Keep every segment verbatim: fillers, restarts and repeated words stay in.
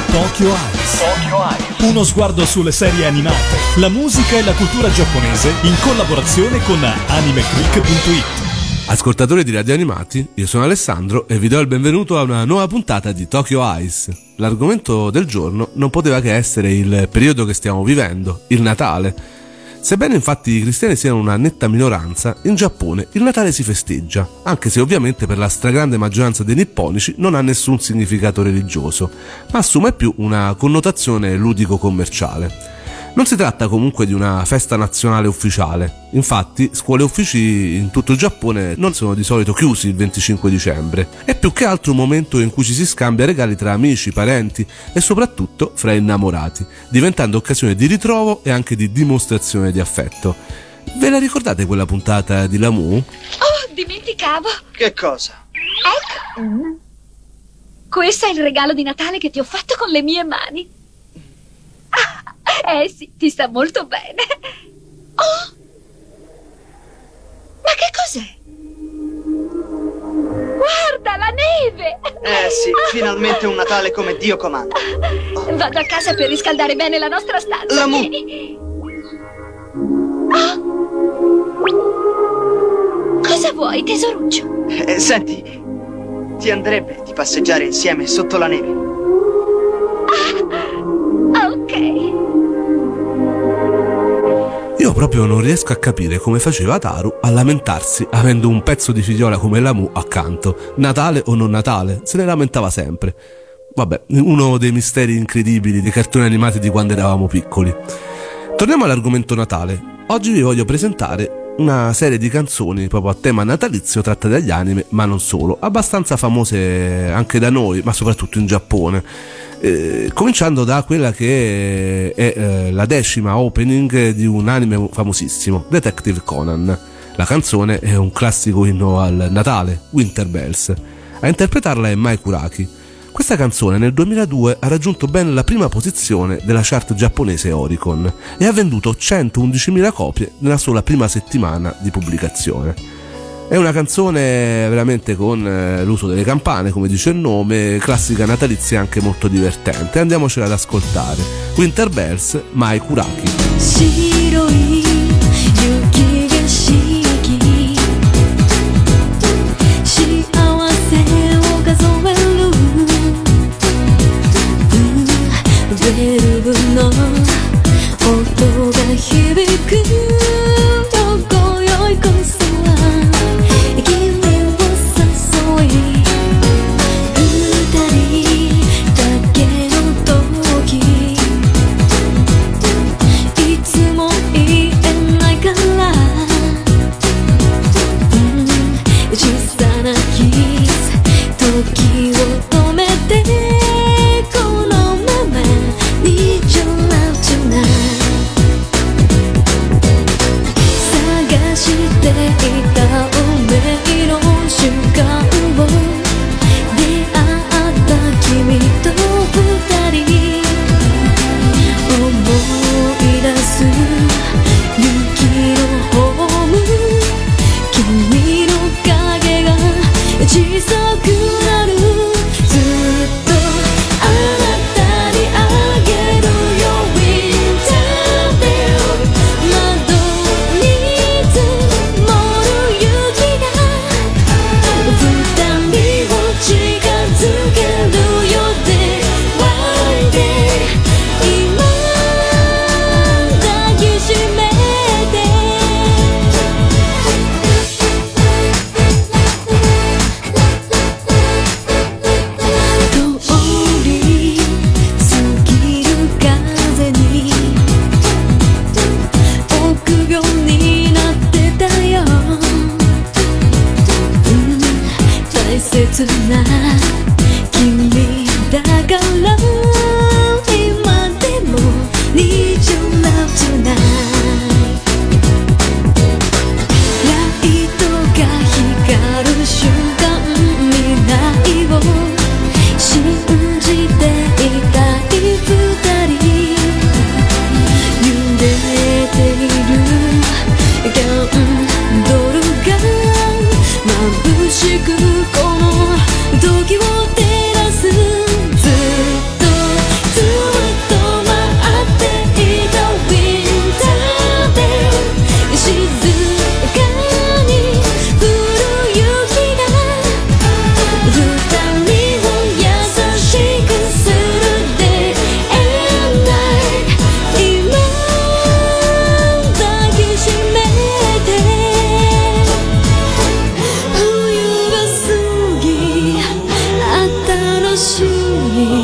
Tokyo Eyes. Tokyo Eyes. Uno sguardo sulle serie animate, la musica e la cultura giapponese in collaborazione con animeclick punto it. Ascoltatori di Radio Animati, io sono Alessandro e vi do il benvenuto a una nuova puntata di Tokyo Eyes. L'argomento del giorno non poteva che essere il periodo che stiamo vivendo, il Natale. Sebbene infatti i cristiani siano una netta minoranza, in Giappone il Natale si festeggia, anche se ovviamente per la stragrande maggioranza dei nipponici non ha nessun significato religioso, ma assume più una connotazione ludico-commerciale. Non si tratta comunque di una festa nazionale ufficiale, infatti scuole e uffici in tutto il Giappone non sono di solito chiusi il venticinque dicembre, è più che altro un momento in cui ci si scambia regali tra amici, parenti e soprattutto fra innamorati, diventando occasione di ritrovo e anche di dimostrazione di affetto. Ve la ricordate quella puntata di Lamu? Oh, dimenticavo! Che cosa? Ecco! Mm. Questo è il regalo di Natale che ti ho fatto con le mie mani. Eh sì, ti sta molto bene. Oh! Ma che cos'è? Guarda, la neve! Eh sì, finalmente un Natale come Dio comanda. Oh. Vado a casa per riscaldare bene la nostra stanza. Lamu! Oh. Cosa vuoi, tesoruccio? Eh, senti, ti andrebbe di passeggiare insieme sotto la neve? Ah, ok. Io proprio non riesco a capire come faceva Taru a lamentarsi avendo un pezzo di figliola come Lamu accanto. Natale o non Natale, se ne lamentava sempre. Vabbè, uno dei misteri incredibili dei cartoni animati di quando eravamo piccoli. Torniamo all'argomento Natale. Oggi vi voglio presentare una serie di canzoni proprio a tema natalizio tratte dagli anime, ma non solo, abbastanza famose anche da noi, ma soprattutto in Giappone. Eh, cominciando da quella che è eh, la decima opening di un anime famosissimo, Detective Conan. La canzone è un classico inno al Natale, Winter Bells. A interpretarla è Mai Kuraki. Questa canzone nel duemiladue ha raggiunto ben la prima posizione della chart giapponese Oricon e ha venduto centoundicimila copie nella sola prima settimana di pubblicazione. È una canzone veramente con eh, l'uso delle campane, come dice il nome, classica natalizia anche molto divertente. Andiamocela ad ascoltare. Winter Bells, Mai Kuraki.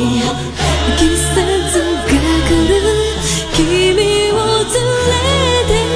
季節が来る君を連れて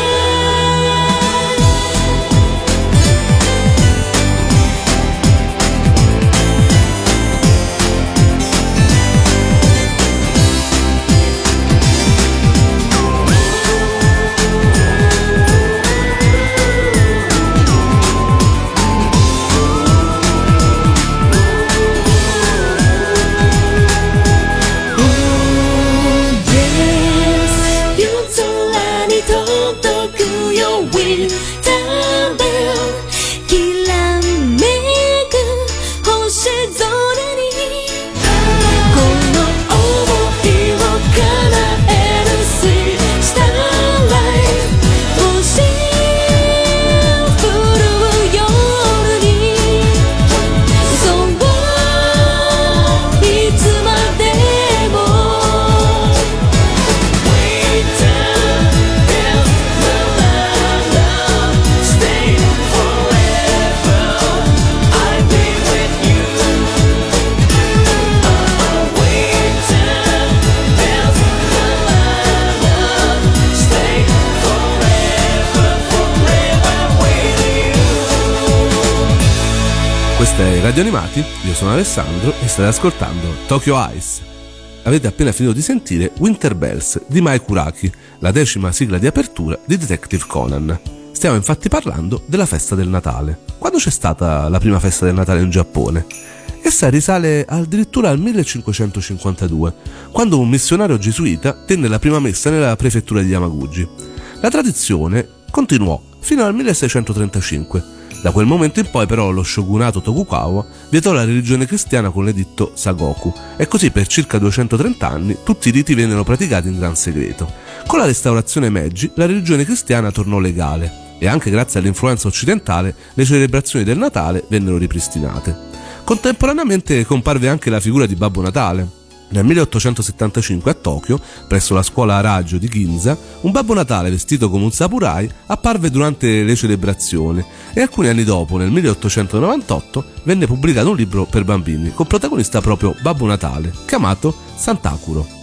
Radio Animati, io sono Alessandro e state ascoltando Tokyo Ice. Avete appena finito di sentire Winter Bells di Mai Kuraki, la decima sigla di apertura di Detective Conan. Stiamo infatti parlando della festa del Natale. Quando c'è stata la prima festa del Natale in Giappone? Essa risale addirittura al millecinquecentocinquantadue, quando un missionario gesuita tenne la prima messa nella prefettura di Yamaguchi. La tradizione continuò fino al milleseicentotrentacinque. Da quel momento in poi però lo shogunato Tokugawa vietò la religione cristiana con l'editto Sagoku e così per circa duecentotrenta anni tutti i riti vennero praticati in gran segreto. Con la restaurazione Meiji la religione cristiana tornò legale e anche grazie all'influenza occidentale le celebrazioni del Natale vennero ripristinate. Contemporaneamente comparve anche la figura di Babbo Natale. Nel milleottocentosettantacinque a Tokyo, presso la scuola Araggio di Ginza, un Babbo Natale vestito come un samurai apparve durante le celebrazioni e alcuni anni dopo, nel milleottocentonovantotto, venne pubblicato un libro per bambini con protagonista proprio Babbo Natale, chiamato Santakuro.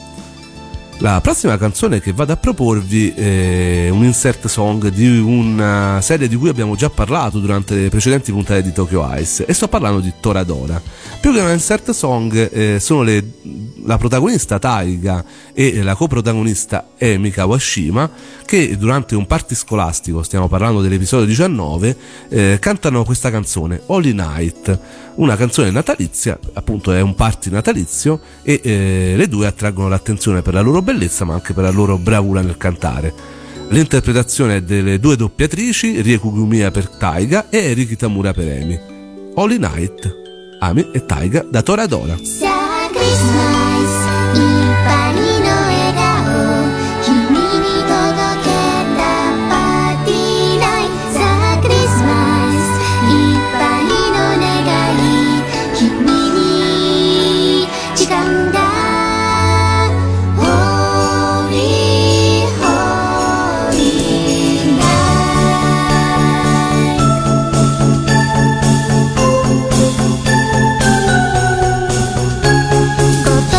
La prossima canzone che vado a proporvi è un insert song di una serie di cui abbiamo già parlato durante le precedenti puntate di Tokyo Ice e sto parlando di Toradora. Più che un insert song eh, sono le, la protagonista Taiga e la coprotagonista Emi Kawashima che durante un party scolastico, stiamo parlando dell'episodio diciannove, eh, cantano questa canzone Holy Night, una canzone natalizia, appunto è un party natalizio e eh, le due attraggono l'attenzione per la loro bellezza ma anche per la loro bravura nel cantare. L'interpretazione è delle due doppiatrici, Rie Kugumiya per Taiga e Eri Kitamura per Emi. Holy Night, Ami e Taiga da Toradora. Go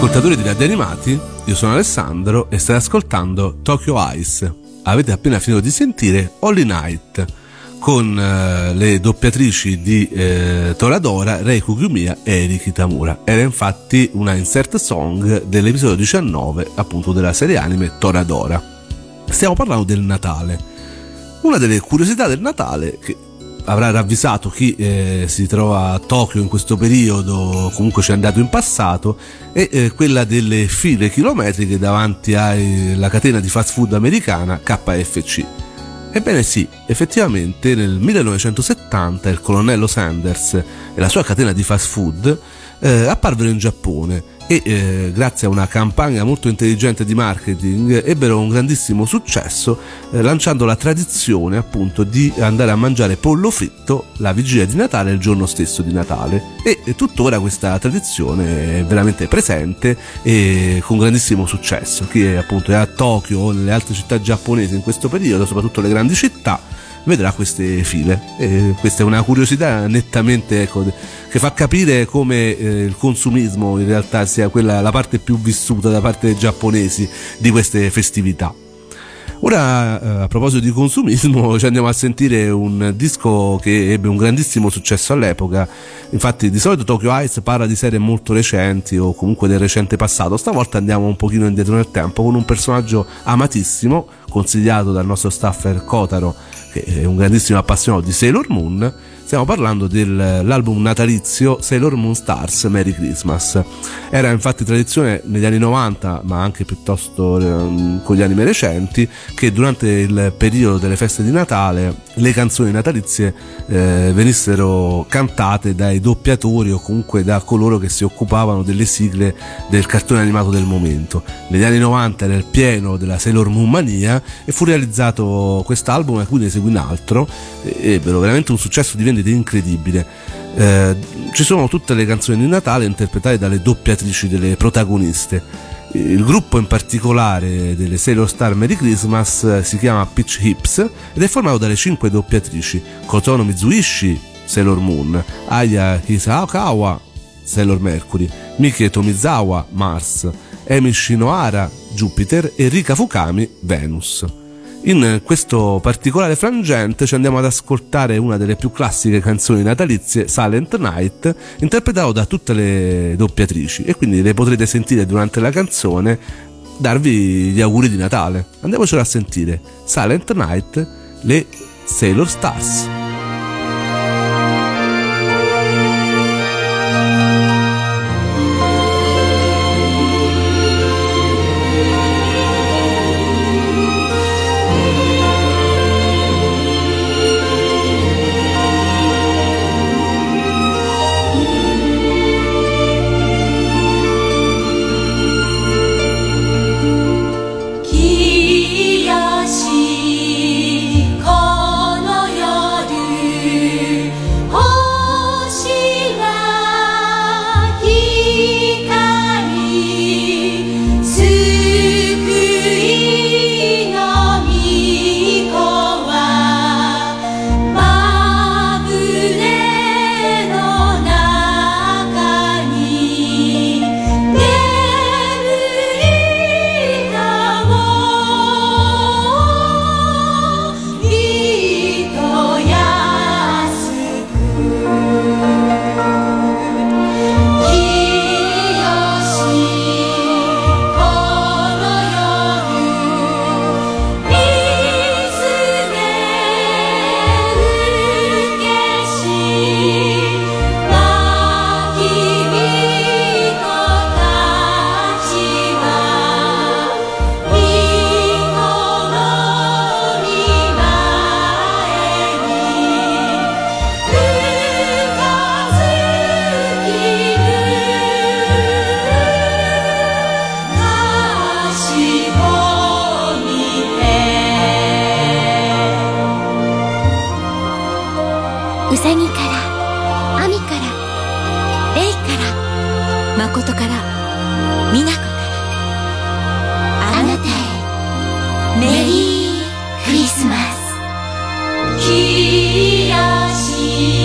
Ascoltatori di Radio Animati, io sono Alessandro e state ascoltando Tokyo Ice. Avete appena finito di sentire Holy Night con eh, le doppiatrici di eh, Toradora, Rei Kugumiya e Eri Kitamura. Era infatti una insert song dell'episodio diciannove appunto della serie anime Toradora. Stiamo parlando del Natale. Una delle curiosità del Natale che avrà ravvisato chi eh, si trova a Tokyo in questo periodo, comunque ci è andato in passato, è eh, quella delle file chilometriche davanti alla catena di fast food americana K F C. Ebbene sì, effettivamente nel millenovecentosettanta il colonnello Sanders e la sua catena di fast food eh, apparvero in Giappone e eh, grazie a una campagna molto intelligente di marketing ebbero un grandissimo successo eh, lanciando la tradizione appunto di andare a mangiare pollo fritto la vigilia di Natale il giorno stesso di Natale e, e tuttora questa tradizione è veramente presente e con grandissimo successo. Chi è appunto è a Tokyo o nelle altre città giapponesi in questo periodo, soprattutto le grandi città, vedrà queste file e questa è una curiosità nettamente ecco, che fa capire come eh, il consumismo in realtà sia quella la parte più vissuta da parte dei giapponesi di queste festività. Ora eh, a proposito di consumismo ci andiamo a sentire un disco che ebbe un grandissimo successo all'epoca. Infatti di solito Tokyo Ice parla di serie molto recenti o comunque del recente passato, stavolta andiamo un pochino indietro nel tempo con un personaggio amatissimo consigliato dal nostro staffer Kotaro, che è un grandissimo appassionato di Sailor Moon. Stiamo parlando dell'album natalizio Sailor Moon Stars Merry Christmas. Era infatti tradizione negli anni novanta, ma anche piuttosto eh, con gli anni recenti, che durante il periodo delle feste di Natale le canzoni natalizie eh, venissero cantate dai doppiatori o comunque da coloro che si occupavano delle sigle del cartone animato del momento. Negli anni novanta era il pieno della Sailor Moon mania e fu realizzato quest'album a cui ne seguì un altro e ebbero veramente un successo di vendita incredibile. Eh, ci sono tutte le canzoni di Natale interpretate dalle doppiatrici delle protagoniste. Il gruppo in particolare delle Sailor Star Merry Christmas si chiama Peach Hips ed è formato dalle cinque doppiatrici: Kotono Mizuishi, Sailor Moon; Aya Hisakawa, Sailor Mercury; Miki Tomizawa, Mars; Emi Shinohara, Jupiter; e Rika Fukami, Venus. In questo particolare frangente ci andiamo ad ascoltare una delle più classiche canzoni natalizie, Silent Night, interpretato da tutte le doppiatrici, e quindi le potrete sentire durante la canzone darvi gli auguri di Natale. Andiamocelo a sentire: Silent Night, le Sailor Stars.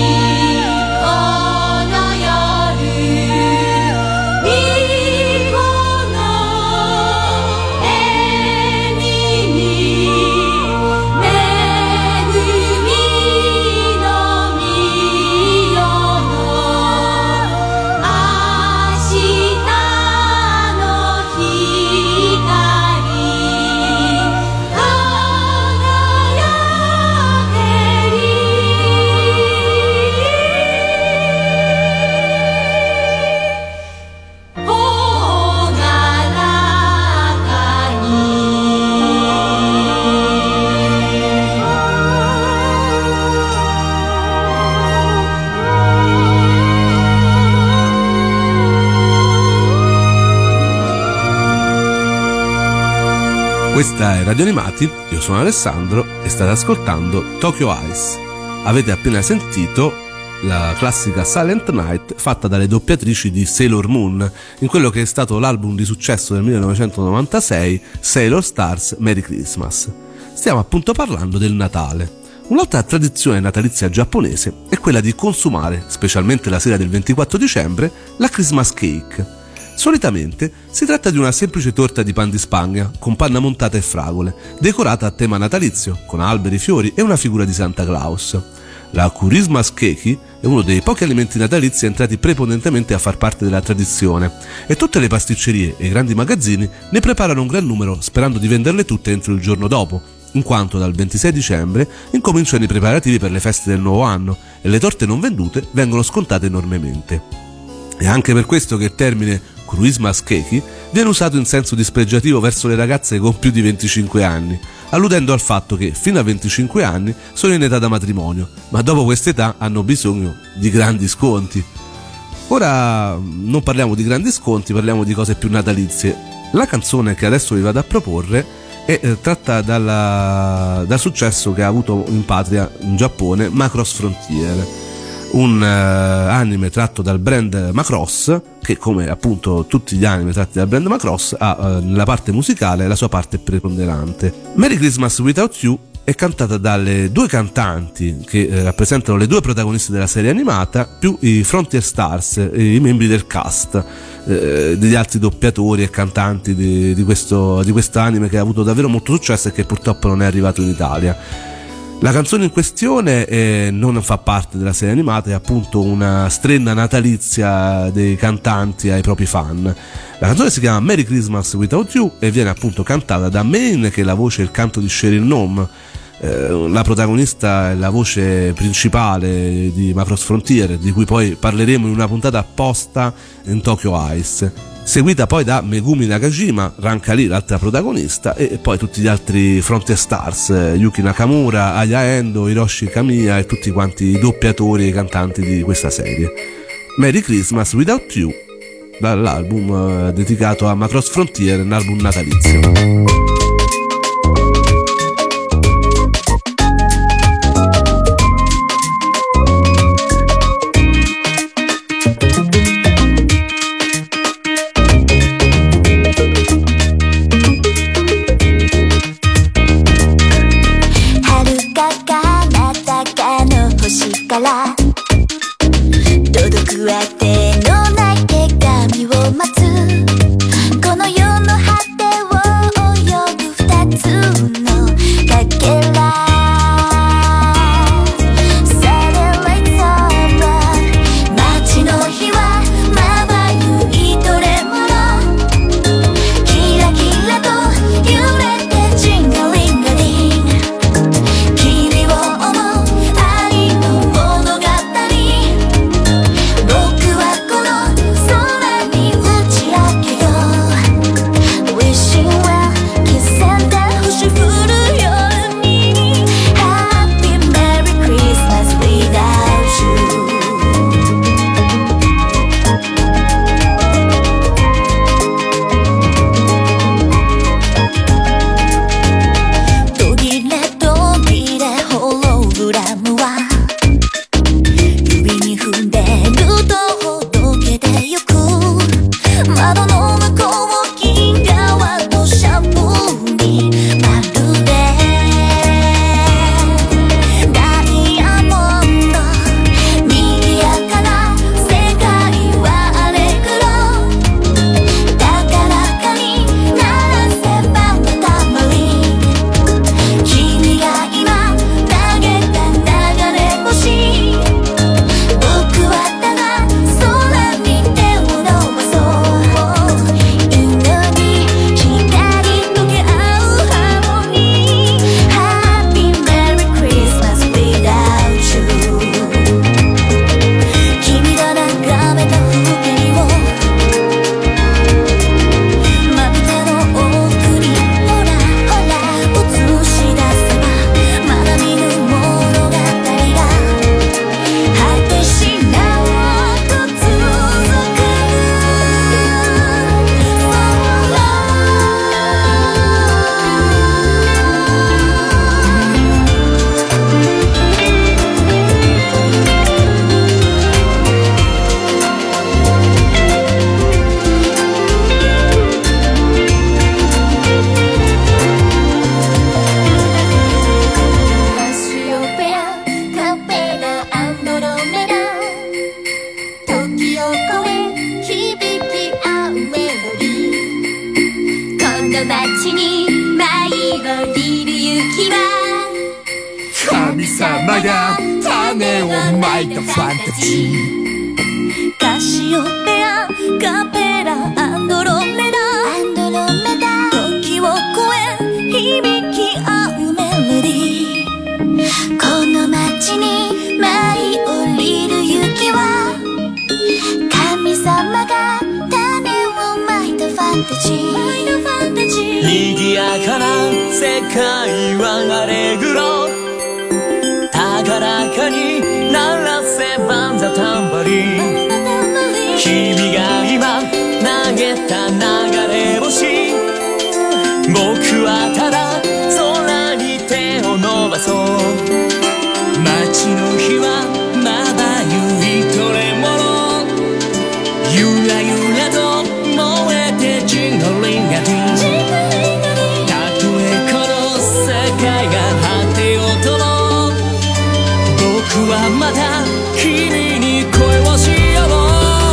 Christmas. Questa è Radio Animati, io sono Alessandro e state ascoltando Tokyo Ice. Avete appena sentito la classica Silent Night fatta dalle doppiatrici di Sailor Moon in quello che è stato l'album di successo del millenovecentonovantasei, Sailor Stars Merry Christmas. Stiamo appunto parlando del Natale. Un'altra tradizione natalizia giapponese è quella di consumare, specialmente la sera del ventiquattro dicembre, la Christmas cake. Solitamente si tratta di una semplice torta di pan di Spagna con panna montata e fragole, decorata a tema natalizio, con alberi, fiori e una figura di Santa Claus. La Christmas cake è uno dei pochi alimenti natalizi entrati prepotentemente a far parte della tradizione e tutte le pasticcerie e i grandi magazzini ne preparano un gran numero sperando di venderle tutte entro il giorno dopo, in quanto dal ventisei dicembre incominciano i preparativi per le feste del nuovo anno e le torte non vendute vengono scontate enormemente. È anche per questo che il termine Christmas cake viene usato in senso dispregiativo verso le ragazze con più di venticinque anni, alludendo al fatto che fino a venticinque anni sono in età da matrimonio, ma dopo quest'età hanno bisogno di grandi sconti. Ora non parliamo di grandi sconti, parliamo di cose più natalizie. La canzone che adesso vi vado a proporre è eh, tratta dalla, dal successo che ha avuto in patria, in Giappone, Macross Frontier, un uh, anime tratto dal brand Macross che, come appunto tutti gli anime tratti dal brand Macross, ha uh, nella parte musicale la sua parte preponderante. Merry Christmas Without You è cantata dalle due cantanti che eh, rappresentano le due protagoniste della serie animata, più i Frontier Stars, i membri del cast, eh, degli altri doppiatori e cantanti di, di questo di quest'anime che ha avuto davvero molto successo e che purtroppo non è arrivato in Italia. La canzone in questione eh, non fa parte della serie animata, è appunto una strenna natalizia dei cantanti ai propri fan. La canzone si chiama Merry Christmas Without You e viene appunto cantata da Main, che è la voce e il canto di Sheryl Nome. Eh, la protagonista è la voce principale di Macross Frontier, di cui poi parleremo in una puntata apposta in Tokyo Ice, seguita poi da Megumi Nakajima, Ranka Lee, l'altra protagonista, e poi tutti gli altri Frontier Stars, Yuki Nakamura, Aya Endo, Hiroshi Kamiya e tutti quanti i doppiatori e cantanti di questa serie. Merry Christmas Without You, dall'album dedicato a Macross Frontier, un album natalizio. 僕はの街に舞い降りる雪は神様が種をまいたファンタジーカシオペアカペラアンドロメダアンドロメダ時を超え響き合うメロディーこの街に舞い降りる雪は神様が種をまいたファンタジー賑やかな世界はアレグロ高らかに鳴らせバンザタンバリン君が今投げた流れ星僕はただ空に手を伸ばそう街の火はまばゆいトレモロゆらゆらと燃えてジンゴリンガディンたとえこの世界が果てようとも僕はまた君に恋をしよう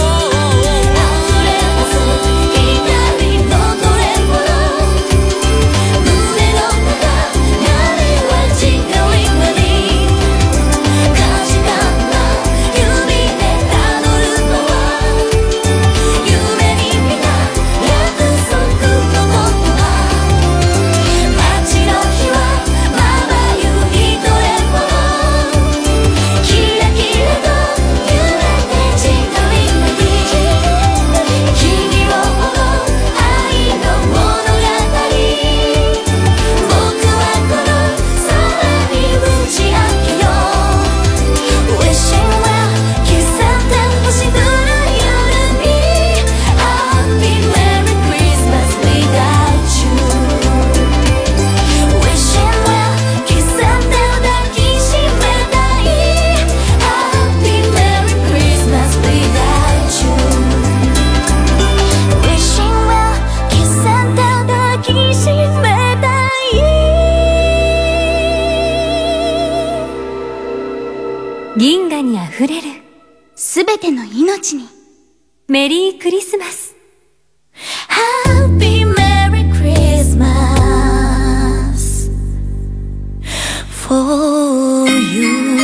銀河にあふれるすべての命にメリークリスマス Happy Merry Christmas for you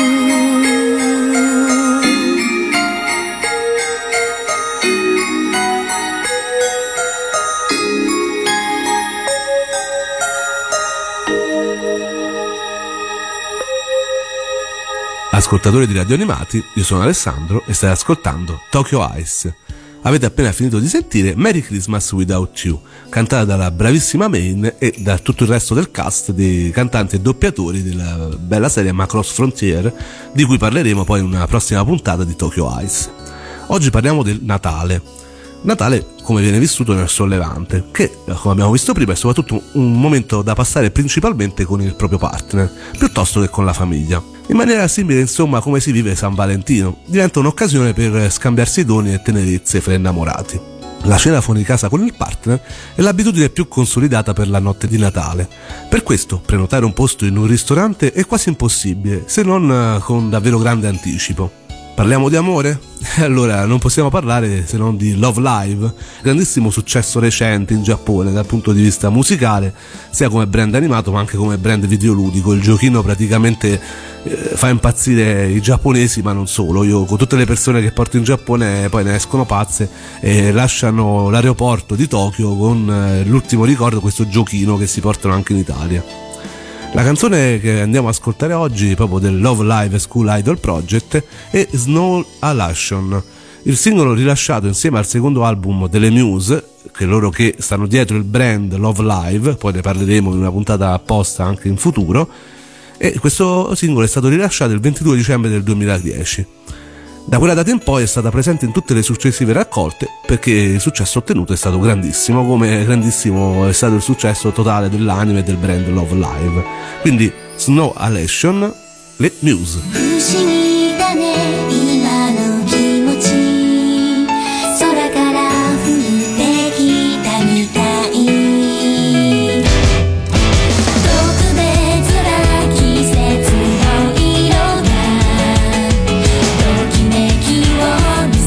Ascoltatori di Radio Animati, io sono Alessandro e state ascoltando Tokyo Ice. Avete appena finito di sentire Merry Christmas Without You, cantata dalla bravissima Main e da tutto il resto del cast dei cantanti e doppiatori della bella serie Macross Frontier, di cui parleremo poi in una prossima puntata di Tokyo Ice. Oggi parliamo del Natale. Natale come viene vissuto nel suo Levante, che come abbiamo visto prima è soprattutto un momento da passare principalmente con il proprio partner, piuttosto che con la famiglia. In maniera simile insomma come si vive San Valentino, diventa un'occasione per scambiarsi doni e tenerezze fra innamorati. La cena fuori casa con il partner è l'abitudine più consolidata per la notte di Natale. Per questo prenotare un posto in un ristorante è quasi impossibile, se non con davvero grande anticipo. Parliamo di amore? Allora non possiamo parlare se non di Love Live, grandissimo successo recente in Giappone dal punto di vista musicale, sia come brand animato ma anche come brand videoludico. Il giochino praticamente eh, fa impazzire i giapponesi, ma non solo. Io con tutte le persone che porto in Giappone poi ne escono pazze e lasciano l'aeroporto di Tokyo con eh, l'ultimo ricordo, questo giochino che si portano anche in Italia. La canzone che andiamo a ascoltare oggi, proprio del Love Live School Idol Project, è Snow Halation, il singolo rilasciato insieme al secondo album delle Muse, che loro che stanno dietro il brand Love Live, poi ne parleremo in una puntata apposta anche in futuro, e questo singolo è stato rilasciato il ventidue dicembre del duemiladieci. Da quella data in poi è stata presente in tutte le successive raccolte perché il successo ottenuto è stato grandissimo, come grandissimo è stato il successo totale dell'anime e del brand Love Live. Quindi Snow Halation, le Muse.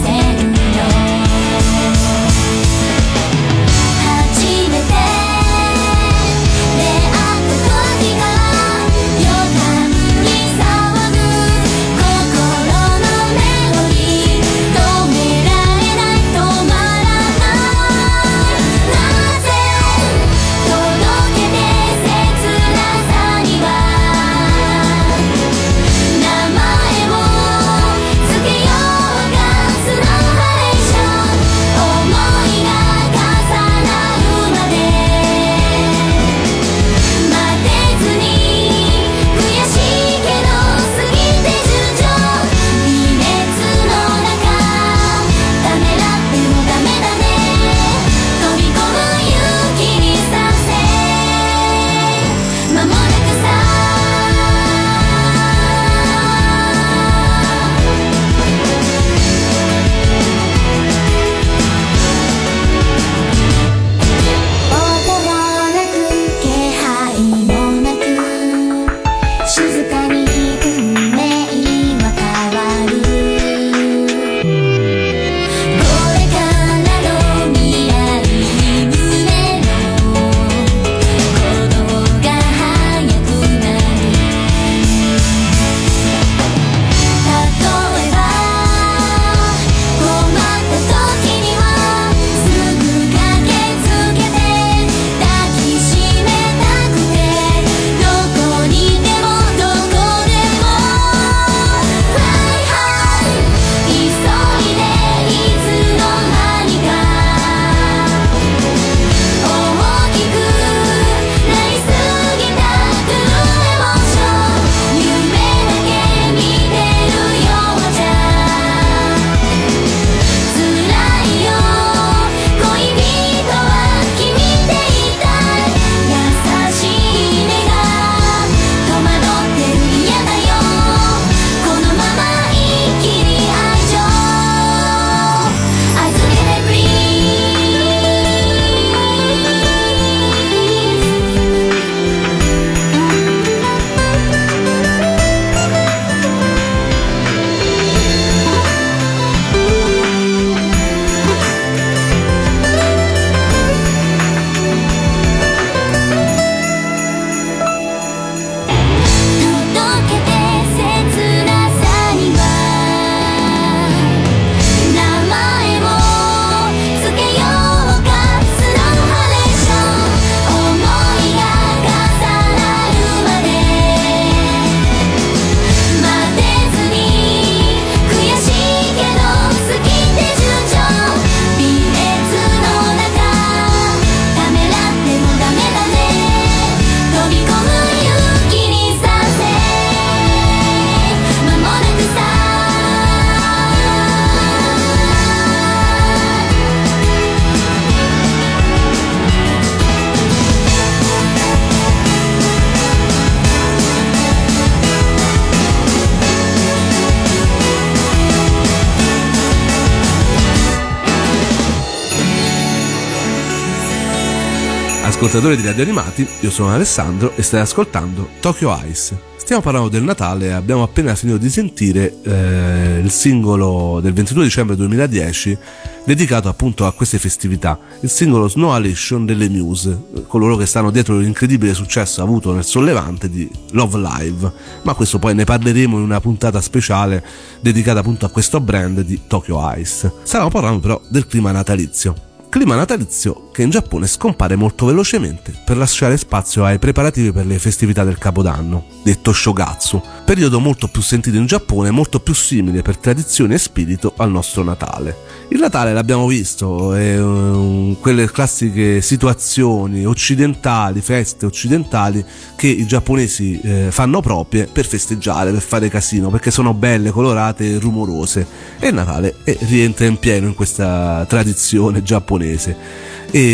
初めて Ascoltatori di Radio Animati, io sono Alessandro e stai ascoltando Tokyo Ice. Stiamo parlando del Natale e abbiamo appena finito di sentire eh, il singolo del ventidue dicembre duemiladieci dedicato appunto a queste festività, il singolo Snow Halation delle Muse, coloro che stanno dietro l'incredibile successo avuto nel sollevante di Love Live, ma questo poi ne parleremo in una puntata speciale dedicata appunto a questo brand di Tokyo Ice. Stiamo parlando però del clima natalizio. Clima natalizio che in Giappone scompare molto velocemente per lasciare spazio ai preparativi per le festività del Capodanno, detto Shogatsu, periodo molto più sentito in Giappone, molto più simile per tradizione e spirito al nostro Natale. Il Natale l'abbiamo visto, è um, quelle classiche situazioni occidentali, feste occidentali che i giapponesi eh, fanno proprie per festeggiare, per fare casino, perché sono belle, colorate e rumorose, e il Natale eh, rientra in pieno in questa tradizione giapponese.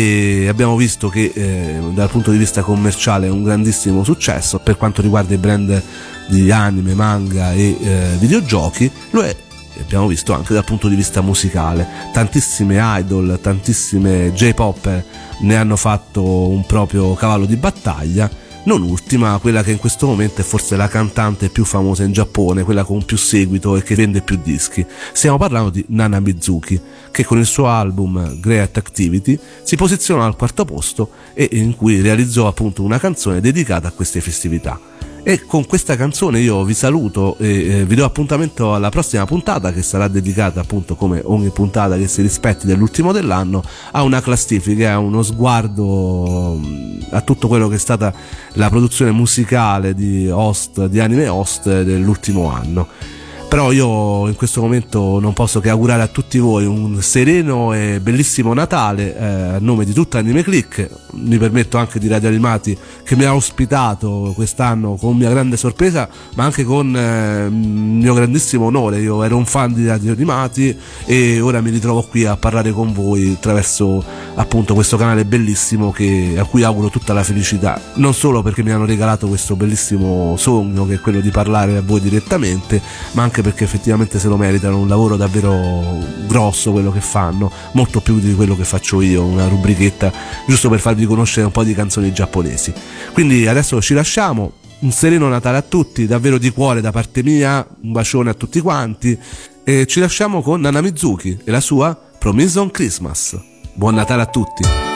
E abbiamo visto che eh, dal punto di vista commerciale è un grandissimo successo per quanto riguarda i brand di anime, manga e eh, videogiochi, lo è, abbiamo visto anche dal punto di vista musicale. Tantissime idol, tantissime J-popper ne hanno fatto un proprio cavallo di battaglia, non ultima quella che in questo momento è forse la cantante più famosa in Giappone, quella con più seguito e che vende più dischi. Stiamo parlando di Nana Mizuki, che con il suo album Great Activity si posiziona al quarto posto e in cui realizzò appunto una canzone dedicata a queste festività. E con questa canzone io vi saluto e vi do appuntamento alla prossima puntata, che sarà dedicata appunto, come ogni puntata che si rispetti dell'ultimo dell'anno, a una classifica, a uno sguardo a tutto quello che è stata la produzione musicale di host, di anime host dell'ultimo anno. Però io in questo momento non posso che augurare a tutti voi un sereno e bellissimo Natale eh, a nome di tutta Anime Click. Mi permetto anche di Radio Animati, che mi ha ospitato quest'anno con mia grande sorpresa, ma anche con eh, mio grandissimo onore. Io ero un fan di Radio Animati e ora mi ritrovo qui a parlare con voi attraverso appunto questo canale bellissimo che, a cui auguro tutta la felicità, non solo perché mi hanno regalato questo bellissimo sogno che è quello di parlare a voi direttamente, ma anche perché effettivamente se lo meritano. Un lavoro davvero grosso quello che fanno, molto più di quello che faccio io, una rubrichetta giusto per farvi conoscere un po' di canzoni giapponesi. Quindi adesso ci lasciamo, un sereno Natale a tutti, davvero di cuore da parte mia, un bacione a tutti quanti, e ci lasciamo con Nana Mizuki e la sua Promise on Christmas. Buon Natale a tutti.